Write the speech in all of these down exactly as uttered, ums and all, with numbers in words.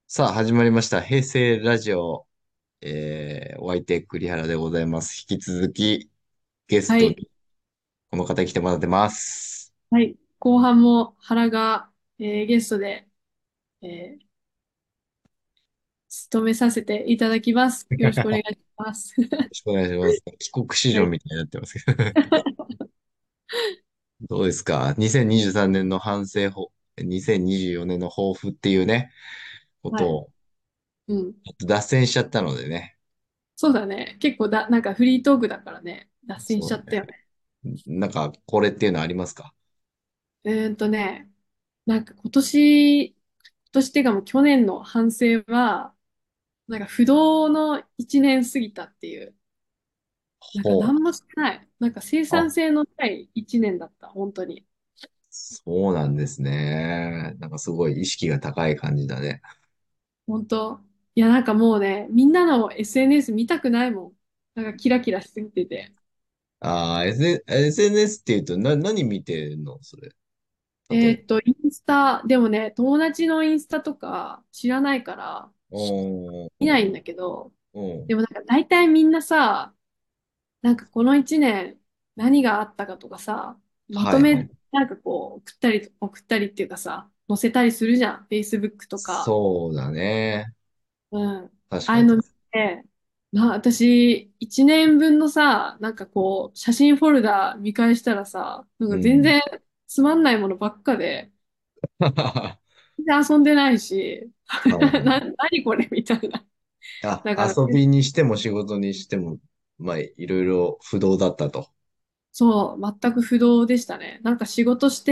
さあ、始まりました。平成ラジオ。えー、お相手、栗原でございます。引き続き、ゲスはい。 トに、この方に来てもらってます。 はい。後半も原が、えーゲストで、えー務めさせていただきます。よろしくお願いします。 よろしくお願いします。帰国子はい。 女みたいになってますけど。どうですか？ にせんにじゅうさん 年の反省法、にせんにじゅうよねんの抱負っていうね、こはい。 とを、 うん。 ちょっと脱線しちゃったのでね。 そうだね。結構だ、なんかフリートークだからね。脱線しちゃそうね。 ったよね。 なんか、これっていうのありますか？ うーんとね、なんか今年、今年っていうかもう去年の反省は、なんか不動の一年過ぎたっていう。なんかほう。 何もしてない。なんか生産あ、 性のない一年だった。本当に。 そうなんですね。なんかすごい意識が高い感じだね。 本当。いや、なんかもうね、みんなの エスエヌエス 見たくないもん。なんかキラキラしすぎてて。 ああ、エスエヌエスエヌエス って言うと、な、何見てんのそれ？例えば。 えーっと、インスタ、でもね、友達のインスタとか知らないからおー、 見ないんだけど、 うん。 でもなんか大体みんなさ、なんかこの一年何があったかとかさ、まとめ、 はいはい。 なんかこう送ったり、送ったりっていうかさ、載せたりするじゃん。Facebook とか。 そうだね。 うん。 確かに。 ああいうの見て、な、私、一年分のさ、なんかこう、写真フォルダ見返したらさ、なんうん。 か全然つまんないものばっかで、全然遊んでないし、 はいはな、 い。 何これみたいな。 あ、 だから、 遊びにしても仕事にしても、まあ、いろいろ不動だったと。 そう、全く不動でしたね。なんか仕事して、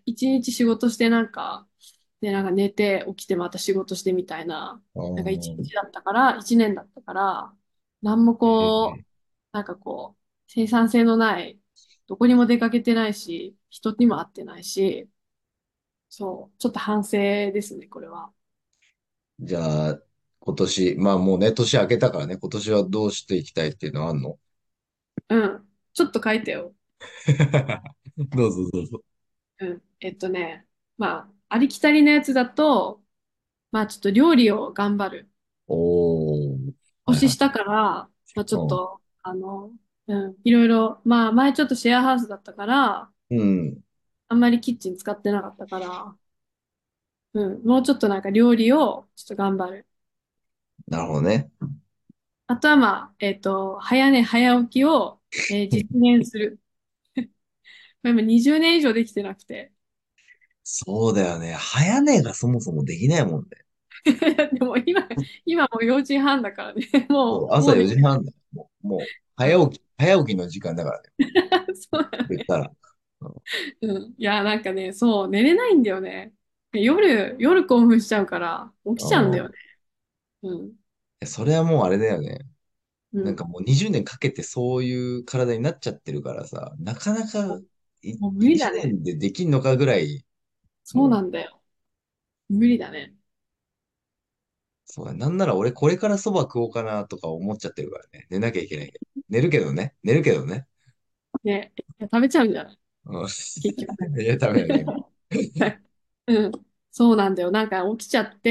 一日仕事してなんか、で、なんか寝て起きてまた仕事してみたいな、 あなんか一ー日だったから、一年だったから、なんもこう、 えーなんかこう、生産性のない、どこにも出かけてないし、人にも会ってないし、そう、ちょっと反省ですね、これは。 じゃあ、今年、まあもうね、年明けたからね、今年はどうしていきたいっていうのはあんの？ うん。ちょっと書いてよ。 どうぞどうぞ。 うん。えっとね、まあ、ありきたりなやつだと、まあちょっと料理を頑張る。 おー。はいはい。 年下から、まあちょっうと、あの、うん、いろいろ、まあ前ちょっとシェアハウスだったから、 ん。うん。 あんまりキッチン使ってなかったから、うん、もうちょっとなんか料理をちょっと頑張る。 なるほどね。 あとはまあ、えっと、早寝早起きを、えー実現する。これもにじゅうねん以上できてなくて。 そうだよね。早寝がそもそもできないもんね。 でも今、今もうよじはんだからね。もう、もそう朝4 うできない。 時半だよ。もう、もううん。 早起き、早起きの時間だからね。 そうだね。 言ったら。うん、 うん。いや、なんかね、そう、寝れないんだよね。で夜、夜興奮しちゃうから、起きちゃうんだよね。 あうん。 あ、それはもうあれだよね。 うん。 なんかもうにじゅうねんかけてそういう体になっちゃってるからさ、なかなかいもう無理 1 だね。 年でできんのかぐらい、 そうもう、 なんだよ。無理だね。 そうだ、なんなら俺これからそば食おうかなとか思っちゃってるからね。寝なきゃいけないけど。寝るけどね。寝るけどね。 ね、いや食べちゃうんじゃないうん。 結局。 いや、ダメだね。 うん。そうなんだよ。なんか起きちゃって、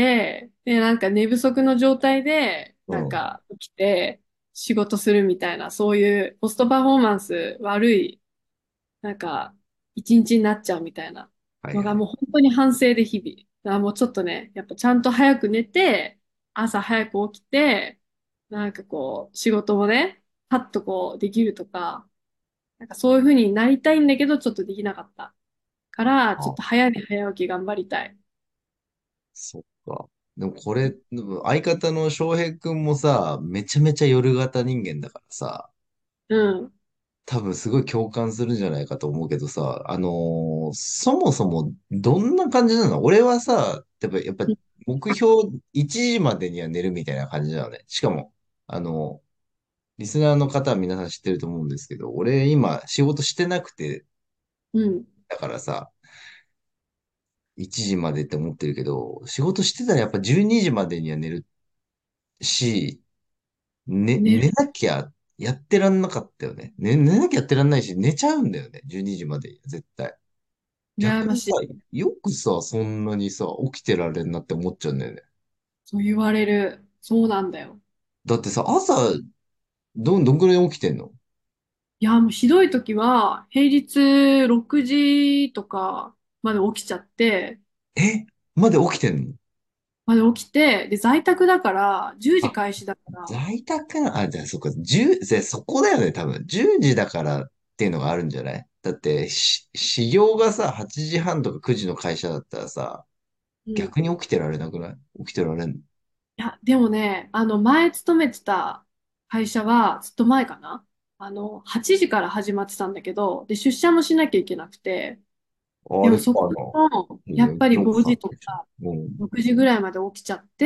で、なんか寝不足の状態で、なんうん。 か起きて仕事するみたいな、そういうコストパフォーマンス悪い、なんか一日になっちゃうみたいなのがもうはいはい。 本当に反省で日々。だからもうちょっとね、やっぱちゃんと早く寝て、朝早く起きて、なんかこう、仕事もね、パッとこうできるとか、なんかそういう風になりたいんだけど、ちょっとできなかったから、ちょっあ、 と早寝早起き頑張りたい。 そっか。でもこれ、でも相方の翔平くんもさ、めちゃめちゃ夜型人間だからさ、 うん。 多分すごい共感するんじゃないかと思うけどさ、あのーそもそもどんな感じなの？俺はさ、やっぱ、やっぱ目標いちじまでには寝るみたいな感じなのね。しかも、あのリスナーの方は皆さん知ってると思うんですけど、俺今仕事してなくて、 うん。 だからさ、いちじまでって思ってるけど、仕事してたらやっぱじゅうにじまでには寝るし、ね、 寝る。 寝なきゃやってらんなかったよね。ね、寝なきゃやってらんないし、寝ちゃうんだよね。じゅうにじまで、絶対。逆にさ、 羨ましい。 よくさ、そんなにさ、起きてられんなって思っちゃうんだよね。 そう言われる。そうなんだよ。 だってさ、朝、どん、どんくらい起きてんの？ いや、もうひどい時は、平日ろくじとかまで起きちゃって、 えまで起きてんの？ まで起きて、で、在宅だから、じゅうじあ、 開始だから、 在宅な、あ、じゃあそっか、じゅう、じゃあそこだよね、多分。じゅうじだからっていうのがあるんじゃない？だって、し、始業がさ、はちじはんとかくじの会社だったらさ、 うん。い逆に起きてられなくない？起きてられんの？ や、でもね、あの、前勤めてた会社は、ずっと前かな。あの、はちじから始まってたんだけど、で、出社もしなきゃいけなくて、 あれかでもそこな。 も、やっぱりどっごじか会社。 とかうん。 ろくじぐらいまで起きちゃって、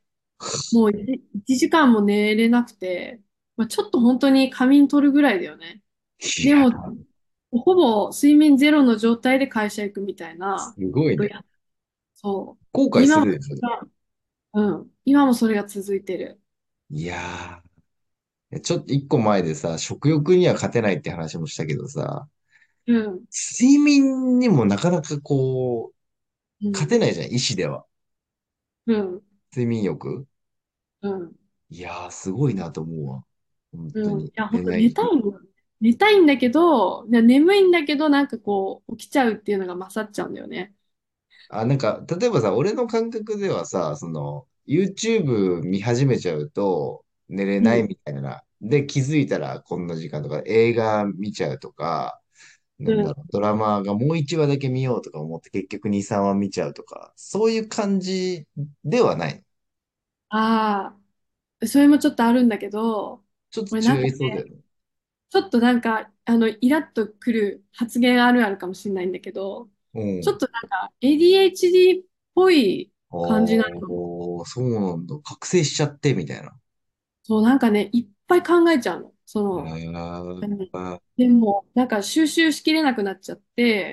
もういちじかんも寝れなくて、まあ、ちょっと本当に仮眠取るぐらいだよね。 いや、 でも、ほぼ睡眠ゼロの状態で会社行くみたいすなごいね。 ことや、そう。 後悔す今も、 るでしょ。 うん、今もそれが続いてる。 いやー、ちょっと一個前でさ、食欲には勝てないって話もしたけどさ、 うん、 睡眠にもなかなかこう、 うん、 勝てないじゃん、意志では。 うん、 睡眠欲。 うん、 いやー、すごいなと思うわ。本当うん。いに。 や、本当寝寝ない。 たいんだよね。寝たいんだけど、いや眠いんだけど、なんかこう、起きちゃうっていうのが勝っちゃうんだよね。 あ、なんか、例えばさ、俺の感覚ではさ、その、YouTube 見始めちゃうと寝れないうん、 みたいな。で、気づいたらこんな時間とか、映画見ちゃうとか、なうん。 んだろう、ドラマがもういちわだけ見ようとか思って結局に、さんわ見ちゃうとか、そういう感じではない。 ああ、それもちょっとあるんだけど、 ちょっと俺なんか違いそうだよね。 ちょっとなんか、あの、イラッとくる発言あるあるかもしれないんだけど、 うん。 ちょっとなんか エーディーエイチディー っぽいあ感じなの。 あ、そうなんだ。覚醒しちゃってみたいな。 そう、なんかね、いっぱい考えちゃうの。そへの、うんー、 でも、なんか収集しきれなくなっちゃって、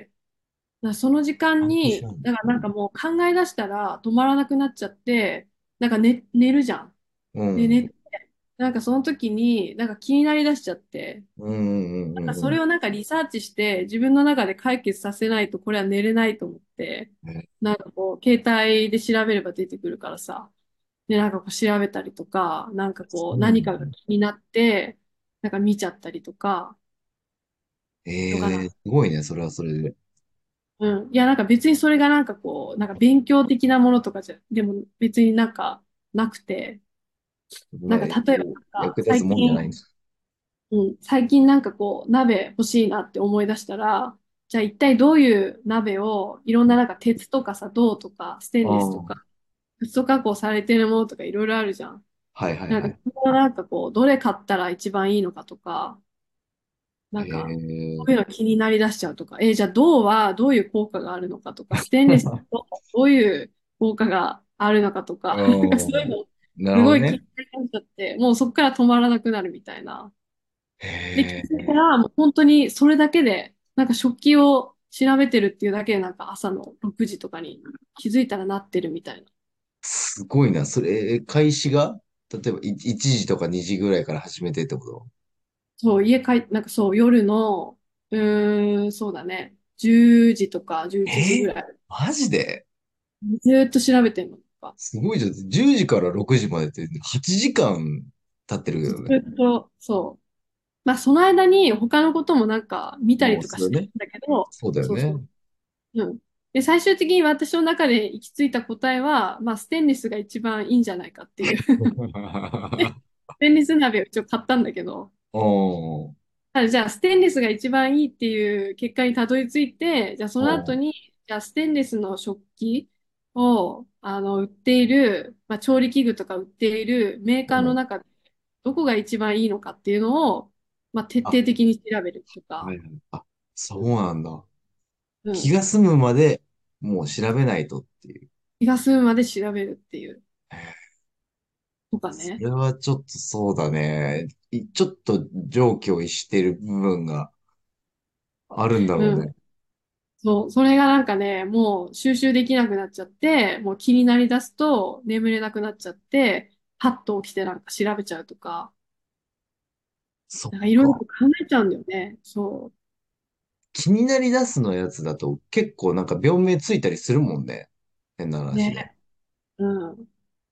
だからその時間に、 ちゃんとしないの？ だからなんかもう考え出したら止まらなくなっちゃって、なんか寝、寝るじゃん。で、 うん。 寝て、なんかその時に、なんか気になりだしちゃって、 うんうんうんうんそれをなんかリサーチして自分の中で解決させないとこれは寝れないと思って、 うん。 なんかこう、携帯で調べれば出てくるからさ、で、なんかこう調べたりとか、なんかこう何かがそうなんだ。 気になって、なんか見ちゃったりとか、とかな。 ええ、すごいね、それはそれで。 うん。いや、なんか別にそれがなんかこう、なんか勉強的なものとかじゃ、でも別になんかなくて、 まあ、 なんか例えばなんか役立つ最近、 もんじゃないんだ。 うん、最近なんかこう、鍋欲しいなって思い出したら、じゃあ一体どういう鍋を、いろんななんか鉄とかさ、銅とかステあンレスとか、 あ、 フッ素加工されてるものとかいろいろあるじゃん。なんか、 はいはいはい。 それをなんかこう、どれ買ったら一番いいのかとか、なへんか、そえ、 ういうの気になりだしちゃうとか、えーじゃあ銅はどういう効果があるのかとか、ステンレスとどういう効果があるのかとか、なんかそういううん。 のなるすごい気にほどね。 なりだしちゃって、もうそこから止まらなくなるみたいな。で、気へづいたえ、 ら、もう本当にそれだけで、なんか食器を調べてるっていうだけで、なんか朝のろくじとかに気づいたらなってるみたいな。 すごいな。それ、え開始が例えばいいちじとかにじぐらいから始めてってこと？ そう、家帰っなんかそう、夜の、うーん、そうだね、じゅうじとか11時えー、 ぐらい、 マジで？ ずーっと調べてるのとか、 すごいじゃん。じゅうじからろくじまでってはちじかん経ってるずよね。 ーっと、そう。まあ、その間に他のこともなんか見たりもう、 とかそれね。 してるんだけど、 そうだよね。 そうそう。うん。で、最終的に私の中で行き着いた答えは、まあ、ステンレスが一番いいんじゃないかっていう。ステンレス鍋を一応買ったんだけど、 おー、 ただじゃあステンレスが一番いいっていう結果にたどり着いて、じゃあそのおー、 後に、じゃあステンレスの食器をあの売っている、まあ、調理器具とか売っているメーカーおー。 の中でどこが一番いいのかっていうのを、まあ、徹あ、 底的に調べるとか、 はいはい。あ、そうなんだ。 うん、 気が済むまでもう調べないとっていう。 気が済むまで調べるっていうへー、 とかね。 それはちょっとそうだね。いちょっと常軌を逸してる部分があるんだろううん。 ね。 そう、それがなんかね、もう収集できなくなっちゃって、もう気になりだすと眠れなくなっちゃって、パッと起きてなんか調べちゃうとか、 そっなんかいろいろとか。 考えちゃうんだよね。そ気になりだすのやつだと結構なんか病名ついたりするもんね。変なう。ね。 話で。 うん。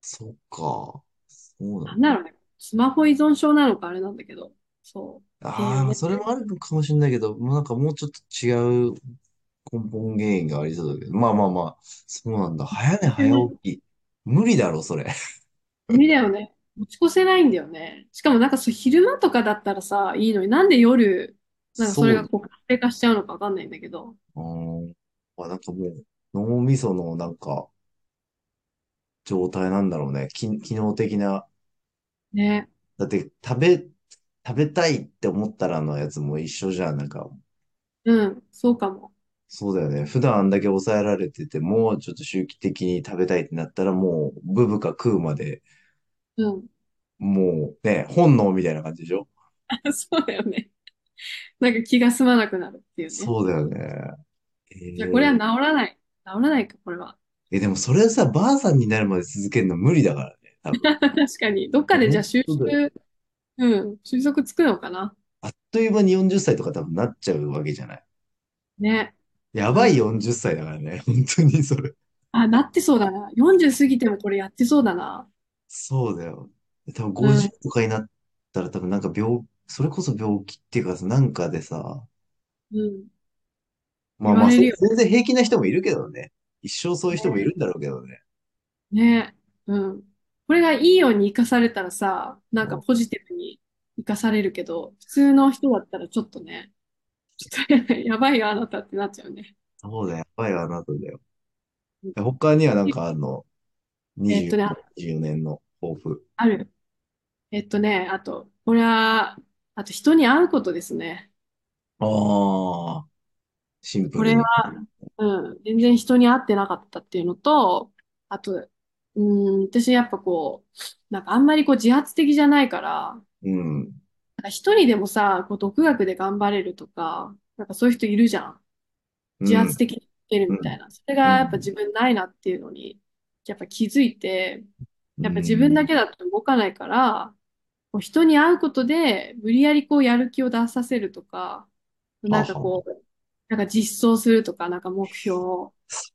そっか。そうなんだ。 なんだろうね。スマホ依存症なのかあれなんだけど。そう。っていうああ、 ね。 それもあるかもしれないけど、もうなんかもうちょっと違う根本原因がありそうだけど。まあまあまあ、そうなんだ。早寝早起き。無理だろ、それ。 無理だよね。持ち越せないんだよね。しかもなんかそう昼間とかだったらさ、いいのになんで夜、なんかそれそうだ。 がこう活性化しちゃうのかわかんないんだけど。 うーん。あ、なんかもう、脳みそのなんか状態なんだろうね。き、機能的な。 ね。 だって食べ、食べたいって思ったらのやつも一緒じゃん。なんか、 うん、そうかも。 そうだよね。普段あんだけ抑えられてても、ちょっと周期的に食べたいってなったらもう、ブブか食うまで、 うん。 もうね、本能みたいな感じでしょ？ そうだよね。なんか気が済まなくなるっていうね。 そうだよね。 じゃあこれは治えーらない。治らないか、これは。 え、でもそれさ、ばあさんになるまで続けるの無理だからね、多分。 確かに。どっかでじゃあ本収当だよ。 集、うん、収束つくのかな。 あっという間によんじゅっさいとか多分なっちゃうわけじゃない。 ね。 やばいうん。 よんじゅっさいだからね、本当にそれ。 あ、なってそうだな。よんじゅう過ぎてもこれやってそうだな。 そうだよ。多分うん、 ごじゅうとかになったら多分なんか病、それこそ病気っていうかさ、なんかでさ、 うん。 まあまあ、そ言われるよ全然平気な人もいるけどね。一生そういう人もいるんだろうけどね。 ね。うん。これがいいように生かされたらさ、なんかうん、 ポジティブに生かされるけど、普通の人だったらちょっとね、ちょっとやばいよ、あなたってなっちゃうね。 そうだよ、やばいわあなただよ。 うん。 他にはなんかあるの、20、 えっとね、 にじゅうよねんの抱負。 ある。えっとね、あと、これは、あと人に会うことですね。 ああ、シンプこれは、 ルに。 うん、全然人に会ってなかったっていうのと、あと、うん、私やっぱこう、なんかあんまりこう自発的じゃないから、 うん、 なんか一人でもさ、こう独学で頑張れるとか、なんかそういう人いるじゃん。 うん、 自発的にいけるうん、 みたいな。それがうん、 やっぱ自分ないなっていうのに、やっぱ気づいて、 うやっぱ自分だん。 けだと動かないから、こう人に会うことで無理やりこうやる気を出させるとか、 はなんかは。 こう、なんか実装するとか、なんか目標を、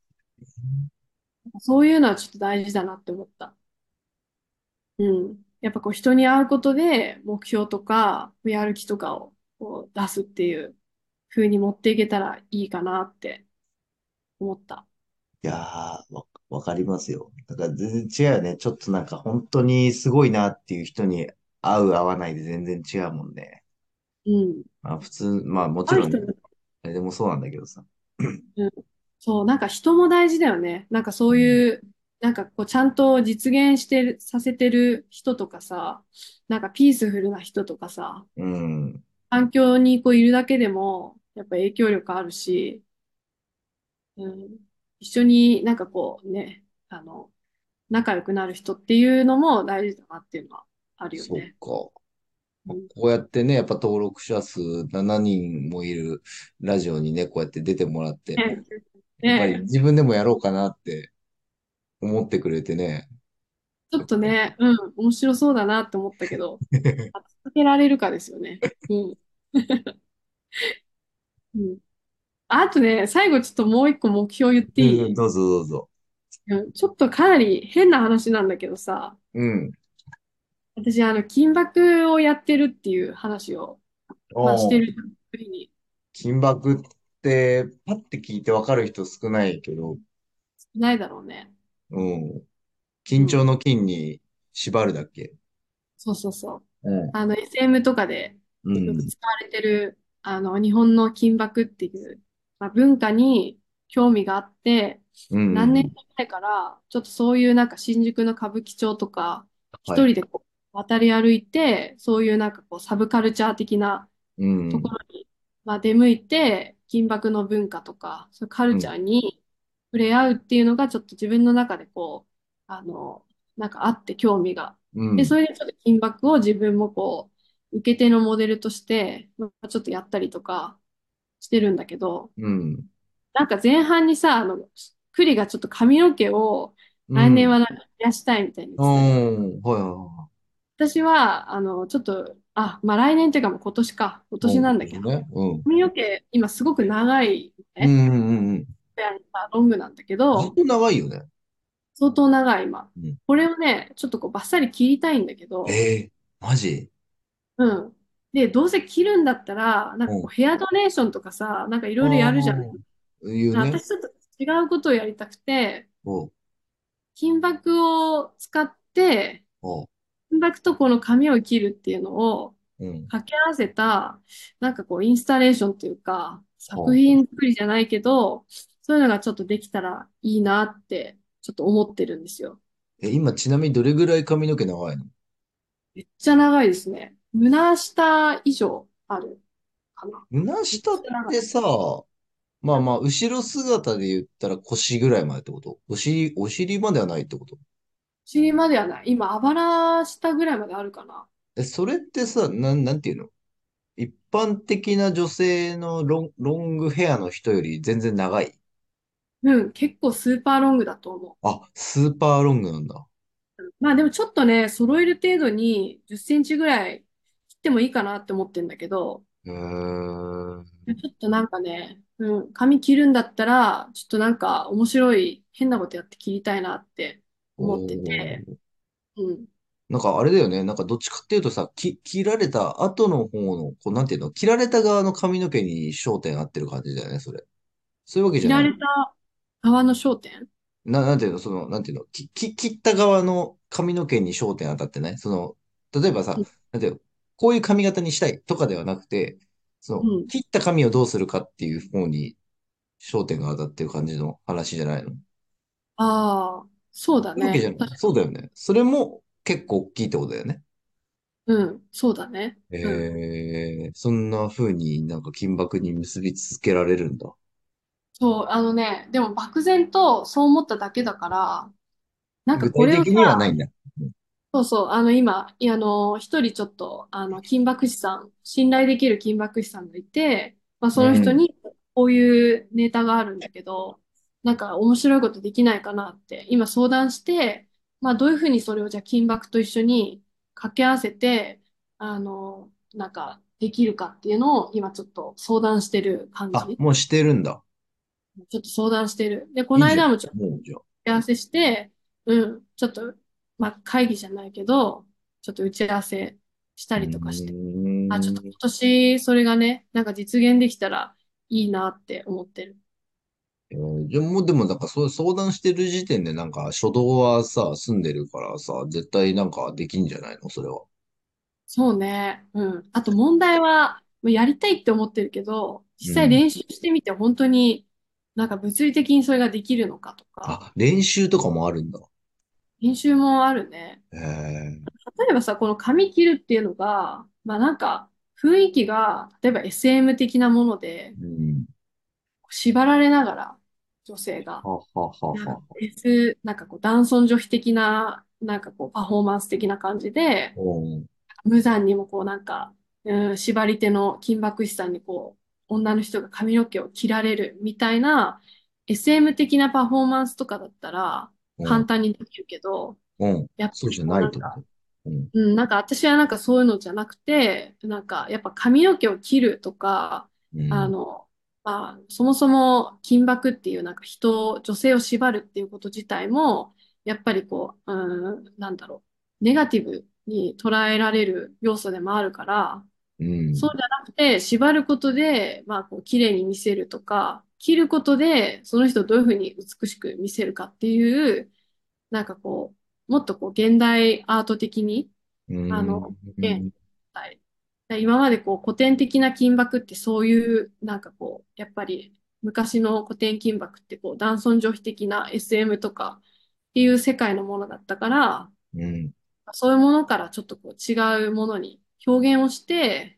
そういうのはちょっと大事だなって思った。うん。やっぱこう人に会うことで目標とかやる気とかをこう出すっていう風に持っていけたらいいかなって思った。 いやー、わ、わかりますよ。だから全然違うよね。ちょっとなんか本当にすごいなっていう人に会う会わないで全然違うもんね。 うん。 まあ普通、まあもちろん、 会う人も、 誰でもそうなんだけどさ。 うん、そう、なんか人も大事だよね。なんかそううん。 いう、なんかこうちゃんと実現してる、させてる人とかさ、なんかピースフルな人とかさ、 うん。 環境にこういるだけでもやっぱ影響力あるし、うん、一緒になんかこうね、あの、仲良くなる人っていうのも大事だなっていうのはあるよそっね。 か。 うん。 こうやってね、やっぱ登録者数しちにんもいるラジオにね、こうやって出てもらって、 ね、 やっぱりね、 自分でもやろうかなって思ってくれてね。 ちょっとね、うん、面白そうだなって思ったけど、続けられるかですよね。うん。うん。あとね、最後ちょっともう一個目標言ってうん、 いい？ どうぞどうぞ。 うん、ちょっとかなり変な話なんだけどさ、 うん。 私、あの、金箔をやってるっていう話を、まあ、しておー、 る時に、 金箔って、パッて聞いてわかる人少ないけど、 ないだろうね。 うん。 うん。 緊張の筋に縛るだっけ？ そうそうそう。 うん。 あの、エスエム とかでよくうん。 使われてる、あの、日本の金箔っていう、まあ、文化に興味があって、 うん。 何年うん。 か前から、ちょっとそういうなんか新宿の歌舞伎町とか、 はい。 一人でこう渡り歩いて、そういうなんかこうサブカルチャー的なうん。 ところに、まあ、出向いて、金箔の文化とか、そういうカルチうん。 ャーに触れ合うっていうのが、ちょっと自分の中でこう、あの、なんかあって興味が。で、そうん。 れでちょっと金箔を自分もこう、受け手のモデルとして、まあ、ちょっとやったりとかしてるんだけど、 うん。 なんか前半にさ、あの、栗がちょっと髪の毛をうん。 来年はなんか増やしたいみたいに言っうてたじゃん。 ん。はいは私は、あの、ちょっと、あ、まあ来年っていうかもう今年か。今いはい。うん。 年なんだけど、 そうね。うん。 髪の毛、今すごく長いね。 うん。うん。うん。 まあロングなんだけど、 ずっと長いよね。 相当長い今。 うん。 これをね、ちょっとこうバッサリ切りたいんだけど、 ええー、マジ？ うん。で、どうせ切るんだったら、なんかこううん。 ヘアドネーションとかさ、なんかいろあいろやるじゃん。 あ、言うね。 私ちょっと違うことをやりたくて、 おう、 金箔を使って、 おう、 金箔とこの紙を切るっていうのをうん。 掛け合わせた、なんかこうインスタレーションっていうか、作はあ。 品作りじゃないけど、そういうのがちょっとできたらいいなって、ちょっと思ってるんですよ。 え、今ちなみにどれぐらい髪の毛長いの？ めっちゃ長いですね。胸下以上あるかな。 胸めっ下っちゃ長い。 てさ、まあまあ、後ろ姿で言ったら腰ぐらいまでってこと？お尻、お尻まではないってこと？ お尻まではない。今、あばら下ぐらいまであるかな。 え、それってさ、なん、なんていうの？一般的な女性のロン、ロングヘアの人より全然長い？ うん、結構スーパーロングだと思あ、スーパーロングなんだ。 う。まあでもちょっとね、揃える程度にじゅっセンチぐらい切ってもいいかなって思ってるんだけど、 へー。 ちょっとなんかね、うん、髪切るんだったら、ちょっとなんか面白い変なことやって切りたいなって思ってて、 おー。 うん。 なんかあれだよね。なんかどっちかっていうとさ、き、切られた後の方の、こうなんていうの？切られた側の髪の毛に焦点合ってる感じだよね、それ。そういうわけじゃない？ 切られた側の焦点。 な、なんていうの？その、なんていうの？き、き、切った側の髪の毛に焦点当たってない？その、例えばさ、 うん。 なんていうの？こういう髪型にしたいとかではなくて、その、 うん。 切った髪をどうするかっていう方に焦点が当たってる感じの話じゃないの？そああ、そうだういうわけじゃね。 ない。 確かに。 そうだよね。それも結構大きいってことだよね。 うん、そうだね。うん。 えー、そんな風になんか金箔に結びつけられるんだ。 そう、あのね、でも漠然とそう思っただけだから、なんか具体的これをさ、 にはないんだ。 そうそう、あの今、いやあの、一人ちょっと、あの、金箔師さん、信頼できる金箔師さんがいて、まあ、そうん。 の人に、こういうネタがあるんだけど、なんか面白いことできないかなって、今相談して、まあ、どういうふうにそれをじゃあ金箔と一緒に掛け合わせて、あの、なんか、できるかっていうのを今ちょっと相談してる感あ、 じ。 もうしてるんだ。 ちょっと相談してる。で、このいいじゃん。 間もちょっともうじゃあ。 打ち合わせして、うん、ちょっと、まあ、会議じゃないけど、ちょっと打ち合わせしたうりとかして、 ーあ、ちょっとん。 今年それがね、なんか実現できたらいいなって思ってる。 えーじゃあもうでもなんかそう相談してる時点でなんか初動はさ、済んでるからさ、絶対なんかできんじゃないのそれは？ そうね。うん。あと問題は、もうやりたいって思ってるけど、 うん。 実際練習してみて本当になんか物理的にそれができるのかとか、 あ、練習とかもあるんだ。 練習もあるね。 へえ。 例えばさ、この髪切るっていうのが、まあなんか雰囲気が、例えば エスエム 的なもので、 うん。 縛られながら、女性が、 はははなんかは。 ベース、なんかこう男尊女卑的な、なんかこうパフォーマンス的な感じで、 うん。 無残にもこうなんか、うん、縛り手の金箔師さんにこう、女の人が髪の毛を切られるみたいな エスエム 的なパフォーマンスとかだったらうん。 簡単にできるけど、 うん。 やっぱりそうじゃこうなんか、 ないってこと？うん。 うん、なんか私はなんかそういうのじゃなくて、なんかやっぱ髪の毛を切るとか、 うん。 あの、まあ、そもそも金箔っていうなんか人を、女性を縛るっていうこと自体も、やっぱりこう、うん、なんだろう、ネガティブに捉えられる要素でもあるから、 うん。 そうじゃなくて、縛ることで、まあ、こう、綺麗に見せるとか、切ることで、その人をどういうふうに美しく見せるかっていう、なんかこう、もっとこう、現代アート的に、 うあの、現ん。 代。今までこう、古典的な金箔ってそういう、なんかこう、やっぱり、昔の古典金箔ってこう、男尊女卑的な エスエム とかっていう世界のものだったから、 うん。 そういうものからちょっとこう違うものに表現をして、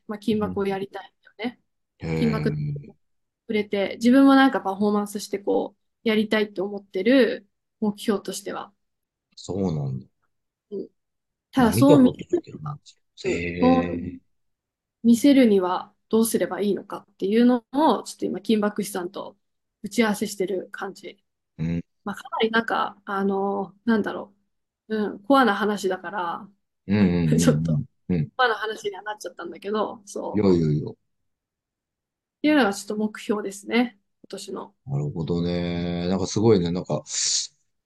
まあ、金箔をうんやりたいんだよね。 へ金箔え。 触れて、自分もなんかパフォーマンスしてこう、やりたいって思ってる目標としては。 そうなんだ。 うん、たまあだそう見見たことないけどな。へうん、そうえ。 見せるにはどうすればいいのかっていうのを、ちょっと今、金箔師さんと打ち合わせしてる感じ。 うん。 まあ、かなりなんか、あの、なんだろう、うん、コアな話だから、 うんうんうちょっと、 んうん。うん。 コアな話にはなっちゃったんだけど、 いやそう。 いやいや。 っていうのがちょっと目標ですね、今年の。 なるほどね。なんかすごいね。なんか、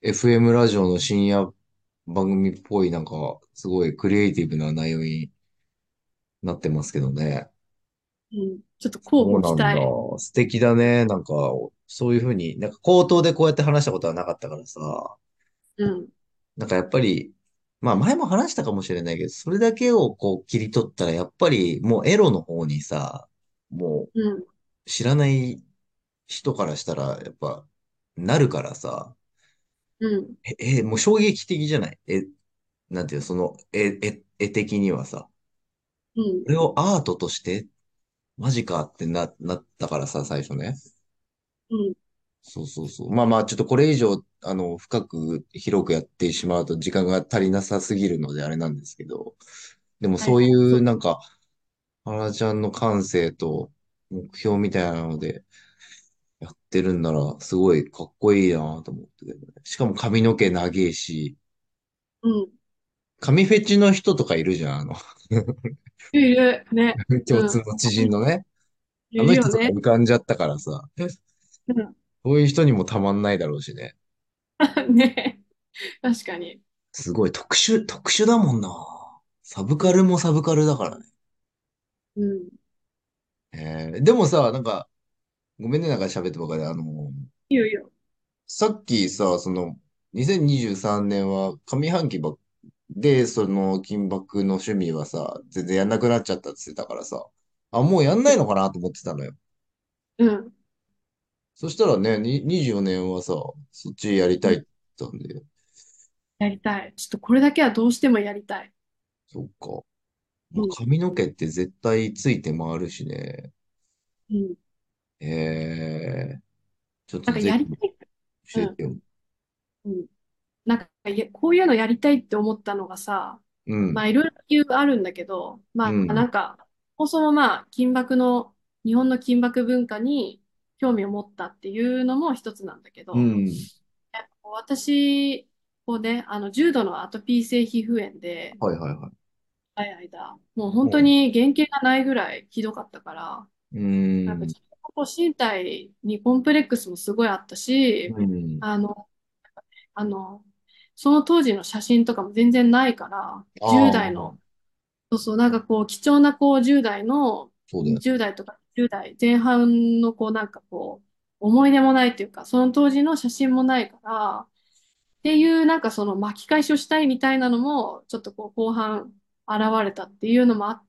エフエム ラジオの深夜番組っぽい、なんか、すごいクリエイティブな内容になってますけどね。 うん。ちょっと交そうなんだ。 互期待。 素敵だね。なんか、そういうふうに、なんか口頭でこうやって話したことはなかったからさ、 うん。 なんかやっぱり、まあ前も話したかもしれないけど、それだけをこう切り取ったら、やっぱりもうエロの方にさ、もうん。 う知らない人からしたら、やっぱ、なるからさ、 うん。 え、え、もう衝撃的じゃない？え、なんていうの、その、絵、絵、絵的にはさ、 うん。 これをアートとして、マジかってな、なったからさ、最初ね。 うん。 そうそうそう。まあまあ、ちょっとこれ以上、あの、深く広くやってしまうと時間が足りなさすぎるのであれなんですけど、でもそういはいはい。そう。 うなんか、原ちゃんの感性と目標みたいなのでやってるんなら、すごいかっこいいなと思ってね。しかも髪の毛長いし、 うん。 髪フェチの人とかいるじゃん、あの、 いるいる。ね。うん。 共通の知人のね。あいの人とかるよね。 浮かんじゃったからさ、 うん。 そういう人にもたまんないだろうしね。 ね。確かに。 すごい特殊、特殊だもんな。サブカルうん。 もサブカルだからね。 うん。 えーでもさ、なんか、ごめんね、なんか喋ってばかりで、あの、 いいよいいよ。 さっきさ、その、にせんにじゅうさんねんは上半期ばっで、その金箔の趣味はさ、全然やんなくなっちゃったって言ってたからさ、あ、もうやんないのかなと思ってたのよ。 うん。 そしたらね、ににじゅうよねんはさ、そっちやりたうん。 いって言ったんで、 やりたい。ちょっとこれだけはどうしてもやりたい。 そっか。まあ、 うん。 髪の毛って絶対ついて回るしね。 うん。 えー、ちょっなんかとぜひやりたい。うん。 教えてよ。 うん。なんか、いやこういうのやりたいって思ったのがさ、 うん、 まあいろいろ理由があるんだけど、まあなうん、 んか、そもそもまあ金箔の、日本の金箔文化に興味を持ったっていうのも一つなんだけど、 うん。 私、こうね、あの重度のアトピー性皮膚炎で、 はいはいはい。 長い間、もう本当うん、 に原型がないぐらいひどかったから、 うなんかん、 自分のこう身体にコンプレックスもすごいあったし、 うん。 あの、あの、その当時の写真とかも全然ないから、 あじゅう代あ、 の、そうそう、なんかこう、貴重なこうじゅう代の、 そうだよ。 にじゅう代とかじゅう代前半のこう、なんかこう、思い出もないっていうか、その当時の写真もないから、っていうなんかその巻き返しをしたいみたいなのも、ちょっとこう、後半現れたっていうのもあって、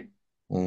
うん、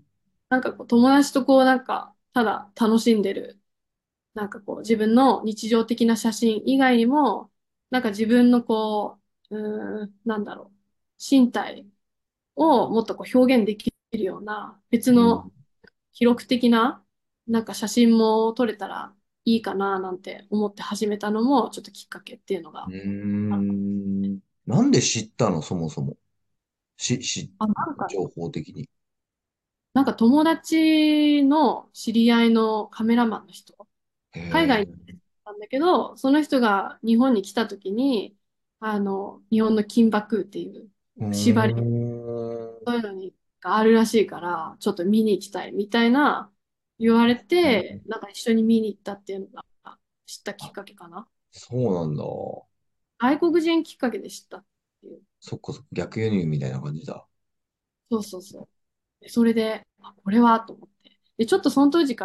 なんかこう、友達とこう、なんか、ただ楽しんでるなんかこう自分の日常的な写真以外にも、なんか自分のこう、うーん、なんだろう、身体をもっとこう表現できるような別うん。 の記録的ななんか写真も撮れたらいいかななんて思って始めたのもちょっときっかけっていうのうがーある。 ん。なんで知ったの、そもそも。し、し、 あ、なんかね、 情報的に。 なんか友達の知り合いのカメラマンの人、 へ海外に行っえ。 たんだけど、その人が日本に来た時に、あの、日本の金箔っていううー縛り、 ん。 そういうのにがあるらしいから、ちょっと見に行きたいみたいな言われて、なんか一緒に見に行ったっていうのが知ったきっあ、 かけかな。 そうなんだ。 外国人きっかけで知ったっていう。 そっかそっか、逆輸入みたいな感じだ。 そうそうそう。でそれで、あ、これはと思って。で、ちょっとその当時から、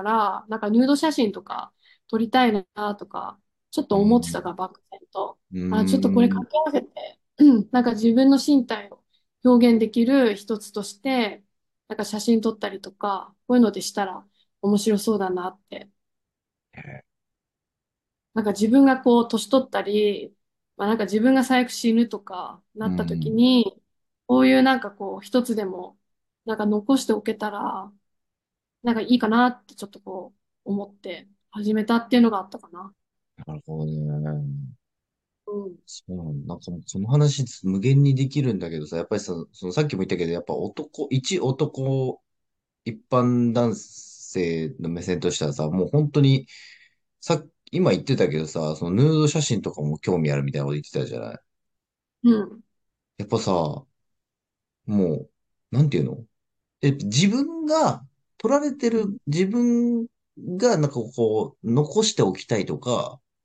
なんかヌード写真とか撮りたいなとか、ちょっと思ってうん。 たから、バックセンと。 うーあ、ちょっとこれん。 掛け合わせて、うんなんか自分の身体を表現できる一つとして、なんか写真撮ったりとか、こういうのでしたら面白そうだなって。 へえ。 なんか自分がこう、年取ったり、まあ、なんか自分が最悪死ぬとかなうった時ん。 に、こういうなんかこう、一つでも、なんか残しておけたら、なんかいいかなってちょっとこう思って始めたっていうのがあったかな。 なるほどね。 うん。 そうなんだ。なんかもうその話無限にできるんだけどさ、やっぱりその、そのさっきも言ったけど、やっぱ男、一男、一般男性の目線としてはさ、もう本当に、さっ今言ってたけどさ、そのヌード写真とかも興味あるみたいなこと言ってたじゃない？ うん。 やっぱさ、もう、なんていうの？え、自分が、撮られてる自分が、なんかこう、残しておきたいとか、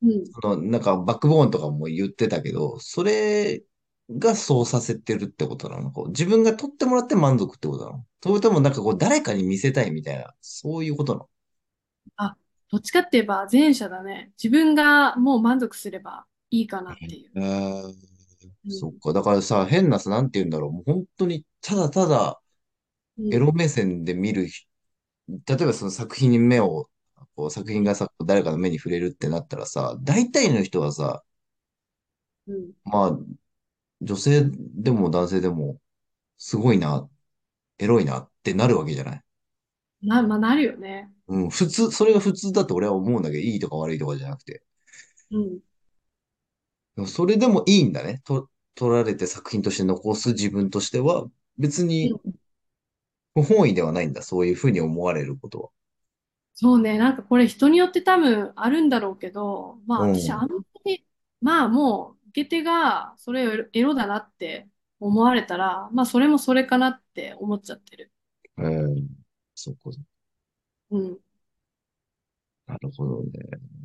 うん。 その、なんかバックボーンとかも言ってたけど、それがそうさせてるってことなの？こう自分が撮ってもらって満足ってことなの？それともなんかこう誰かに見せたいみたいな、そういうことなの？ あ、どっちかって言えば前者だね。自分がもう満足すればいいかなっていう。 えー、 うん。 そっか。だからさ、変なさ、なんて言うんだろう。もう本当に、ただただ、 うん。 エロ目線で見るひ、例えばその作品に目を、こう作品がさ、誰かの目に触れるってなったらさ、大体の人はさ、 うん。 まあ、女性でも男性でも、すごいな、エロいなってなるわけじゃない。 な、まあ、なるよね。 うん、普通、それが普通だと俺は思うんだけど、いいとか悪いとかじゃなくて。 うん。 でもそれでもいいんだね。と、撮られて作品として残す自分としては、別にうん。 不本意ではないんだ。そういうふうに思われることは。 そうね。なんかこれ人によって多分あるんだろうけど、まあうん。 私あんまり、まあもう受け手がそれをエロエロだなって思われたら、まあそれもそれかなって思っちゃってる。 えー、そっか。 うん。 なるほどね。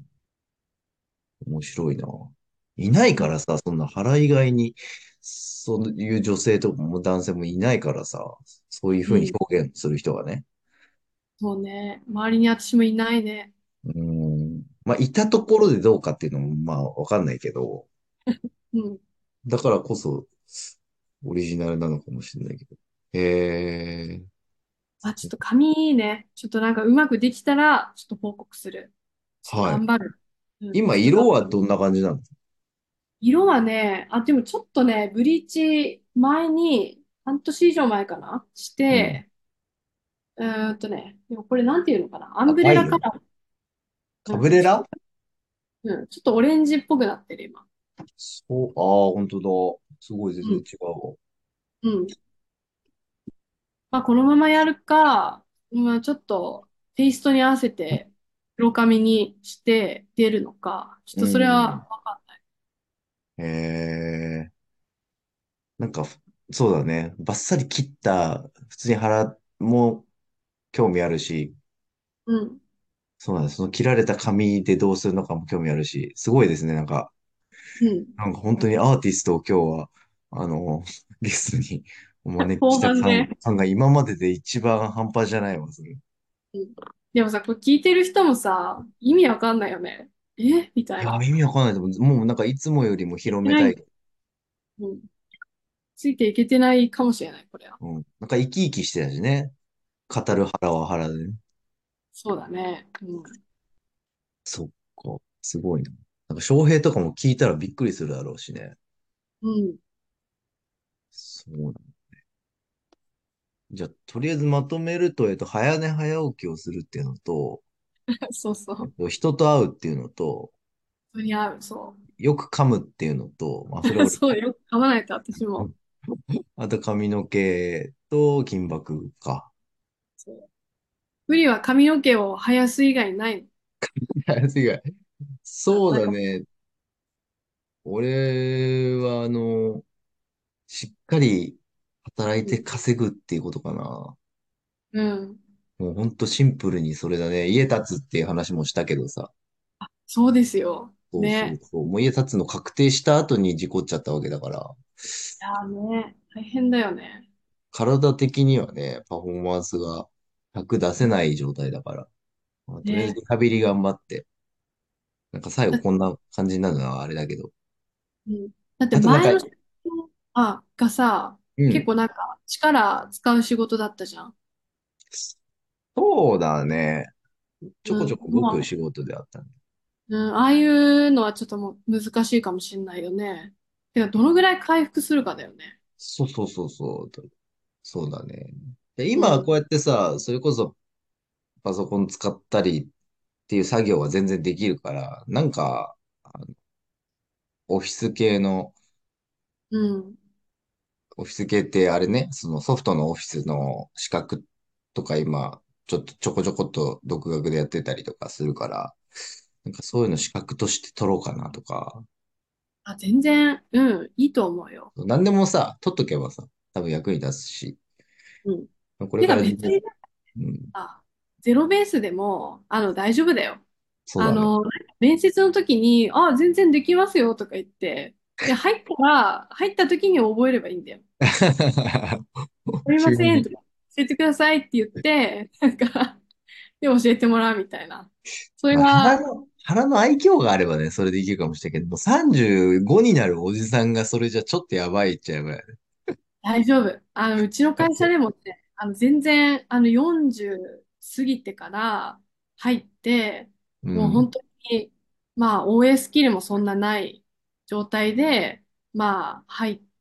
面白いな。いないうん。 からさ、そんな腹以外に、そういう女性とかも男性もいないからさ、そういうふうにうん。 表現する人がね。 そうね。周りに私もいないね。 うん。まあ、いたところでどうかっていうのも、まあ、わかんないけど、 うん。 だからこそ、オリジナルなのかもしれないけど。へえ。 あ、ちょっと髪ね、ちょっとなんかうまくできたら、ちょっと報告する。ちょっとはい。 頑張る。うん。 今、 ちょっとが、 色はどんな感じなの？ 色はね、あ、でもちょっとね、ブリーチ前に、半年以上前かなしうん。 て、うーんとね、でもこれなんていうのかなアあ、 ンブレバイオラカラー。 カうん、ちょっブレラ？ と、うん、ちょっとオレンジっぽくなってる、今。 そう、ああ、本当だ。すごい、全然違うん。 うわ。 うん。まあ、このままやるか、まあ、ちょっと、テイストに合わせて、黒髪にして出るのか、ちょっうとそれん。 はわかんない。 へえ。なんか、そうだね。バッサリ切った、普通に腹も興味あるし、 うん。 そうなんです。その切られた髪でどうするのかも興味あるし、すごいですね。なんか、 うん。 なんか本当にアーティストを今日は、あの、ゲストにお招きし後た感、 半ね。 感が今までで一番半端じゃないわ、それ。いうん。でもさ、これ聞いてる人もさ、意味わかんないよね。えみたいや、 な。 意味わかんないと思う。もうなんかいつもよりもいけない。 広めたい。 うん。ついていけてないかもしれない、これは。 うん。なんか生き生きしてたしね。語る腹は腹でね。 そうだね。うん。 そっか。すごいな。なんか翔平とかも聞いたらびっくりするだろうしね。 うん。 そうだ。じゃあ、とりあえずまとめると、えっと、早寝早起きをするっていうのと、 そうそう。 えっと、人と会うっていうのと、 それに合う。そよく噛むっていうのと、まあ、それう。 俺、 そうよ。噛まないと、私も。 あと髪の毛と金箔か。 そう。ブリは髪の毛を生やす以外にないの。 違う。 あ、 そうなんか、 だね。俺は、あの、しっかり働いてうん。 稼ぐっていうことかな。 うん。 もうほんとシンプルにそれだね。家建つっていう話もしたけどさ。 そうですよ。 そうそうね。 そう。もう家建つの確定した後に事故っちゃったわけだから。 いやーね。大変だよね。 体的にはね、パフォーマンスがひゃく出せない状態だから。まあ、とりあえずね。 リハビリ頑張って、なんか最後だ、 こんな感じになるのはあれだけど。 うん、だってあとなんか、 前の仕事あ、がさ、 うん。 結構なんか力使う仕事だったじゃん。 そうだね。ちょこちょうん。 こ動くも仕事であったね。 う、うん、ああいうのはちょっともう難しいかもしれないよね。てか、どのぐらい回復するかだよね。 そうそうそうそう。そうだね。でうん。 今はこうやってさ、それこそパソコン使ったりっていう作業は全然できるから、なんか、あのオフィス系の、 うん。 オフィス系ってあれね、そのソフトのオフィスの資格とか今、ちょっとちょこちょこっと独学でやってたりとかするから、なんかそういうの資格として取ろうかなとか、 あ、全然、うん、いいと思うよ。 何でもさ、取っとけばさ、多分役に立つし、 うん。 これてかから自分、 別にうん、 あ、ゼロベースでも、あの、大丈夫だよ。 そうだね。 あの、面接の時に、あ、全然できますよとか言って、で、入ったら、入った時に覚えればいいんだよ。すみま急に。 せんとか、教えてくださいって言って、なんか、で、教えてもらうみたいな。それまあ、腹がの、腹の愛嬌があればね、それできるかもしれないけど、もうさんじゅうごになるおじさんがそれじゃちょっとやばいっちゃやばいよね。 大丈夫。あの、うちの会社でもね、あの、全然、あの、よんじゅう過ぎてから入って、 うん。 もう本当に、まあ、オーエー スキルもそんなない状態で、まあ、入って、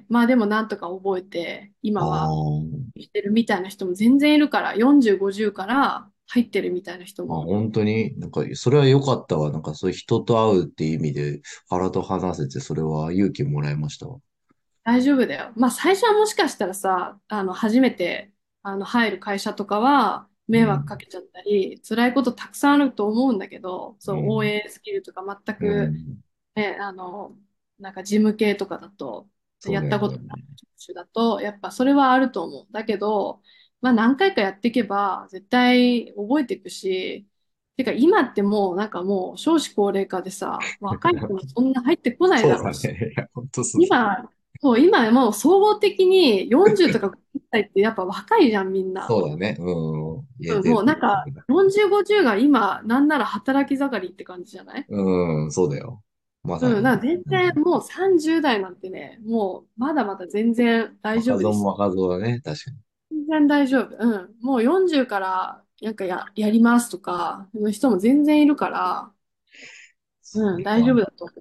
まあ、でもなんとか覚えて、 あ今は、 あ。 してるみたいな人も全然いるから、よんじゅう、ごじゅうから入ってるみたいな人あ、 も本当になんか、それは良かったわ。なんか、そういう人と会うっていう意味で、腹と話せて、それは勇気もらいましたわ。 大丈夫だよ。まあ最初はもしかしたらさ、あの初めてあの入る会社とかは迷惑かうん。 けちゃったり、辛いことたくさんあると思うんだけど、そう、 うん。 オーエー スキルとか全うく、 ん。 ね、あの、なんか事務系とかだと、 そうやったことないだよね。 職種だと、やっぱそれはあると思う。だけど、まあ何回かやっていけば絶対覚えていくし、てか今ってもうなんかもう少子高齢化でさ、若い人もそんな入ってこないそだろうし、 うだね。いや、本当そうだ。 今、そう、今もう総合的によんじゅうとかごじゅっさいってやっぱ若いじゃん、みんな。 そうだね。うん。いや、 うん、も全然うなんかそうだ。 よんじゅう、ごじゅうが今、なんなら働き盛りって感じじゃない？ うん、そうだよ。まさうん、 に。 なんか全然もうさんじゅう代なんてね、もうまだまだ全然大丈若夫です。 造も若造だね。確かに。 全然大丈夫。うん。もうよんじゅうからなんかや、やりますとか、いう人も全然いるから、うん、大丈夫だと思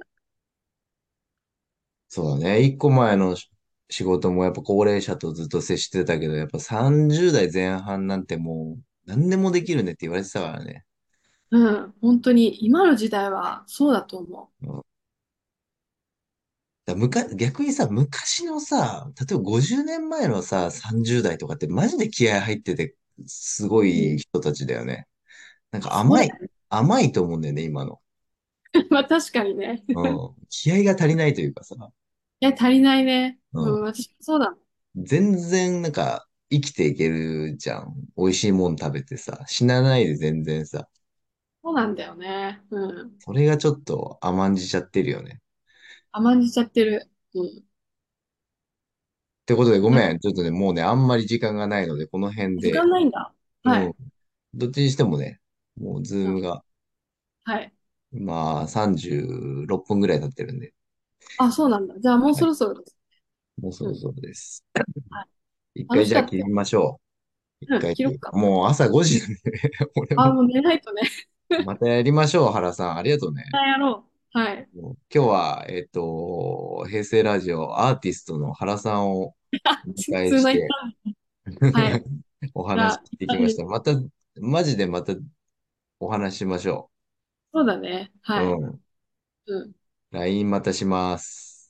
そうだね。一個前のし仕事もやっぱ高齢者とずっと接してたけど、やっぱさんじゅう代前半なんてもう何でもできるねって言われてたからね。 う。うん、本当に今の時代はそうだと思うん、だむか、逆にさ、昔のさ、例えばごじゅうねんまえのさ、さんじゅう代とかってマジで気合入ってて、すごう。うん、 い人たちだよね。なんか甘い、 そうだよね。 甘いと思うんだよね、今の。 まあ確かにね。 うん。気合が足りないというかさ、 いや、足りないね。うん、 うん。 私もそうだもん。 全然なんか生きていけるじゃん。美味しいもん食べてさ、死なないで全然さ。 そうなんだよね。うん。 それがちょっと甘んじちゃってるよね。 甘んじちゃってる。うん。 ってことでごな、 めん。ちょっとね、もうね、あんまり時間がないので、この辺時で、 間ないんだ。はうん。 い。 どっちにしてもね、もうズーうん。 ムが、 はい。 今さんじゅうろっぷんぐらい経ってるんで、 あ、そうなんだ。じゃあもうはい。 そろそろです。 もうそろうん。 そろです。 はい。 一回楽しかったよ。 じゃあ切りましょう。一うん。 回切る。 切ろっか。 もう朝ごじなんでね、俺あ、 も。 もう寝ないとね。 またやりましょう、原さん。ありがとうね。 やろう。はい。 もう今日は、えっと、平成ラジオアーティストの原さんをお普迎え通の一して旦。はい。 おじゃあ、 話しし一てきました。 旦です。 また、マジでまたお話ししましょそうだね。 う。 はい。 うん。 うん。 ライン またします。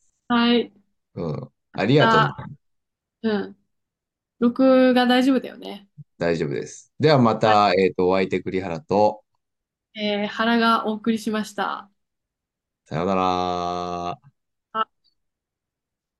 はい。 うん。ありがとうね。 あ、うん。録画大丈夫だよね。 大丈夫です。ではまはい。 た、えっと、お相手栗原と、 えー、原がお送りしました。 さようなら。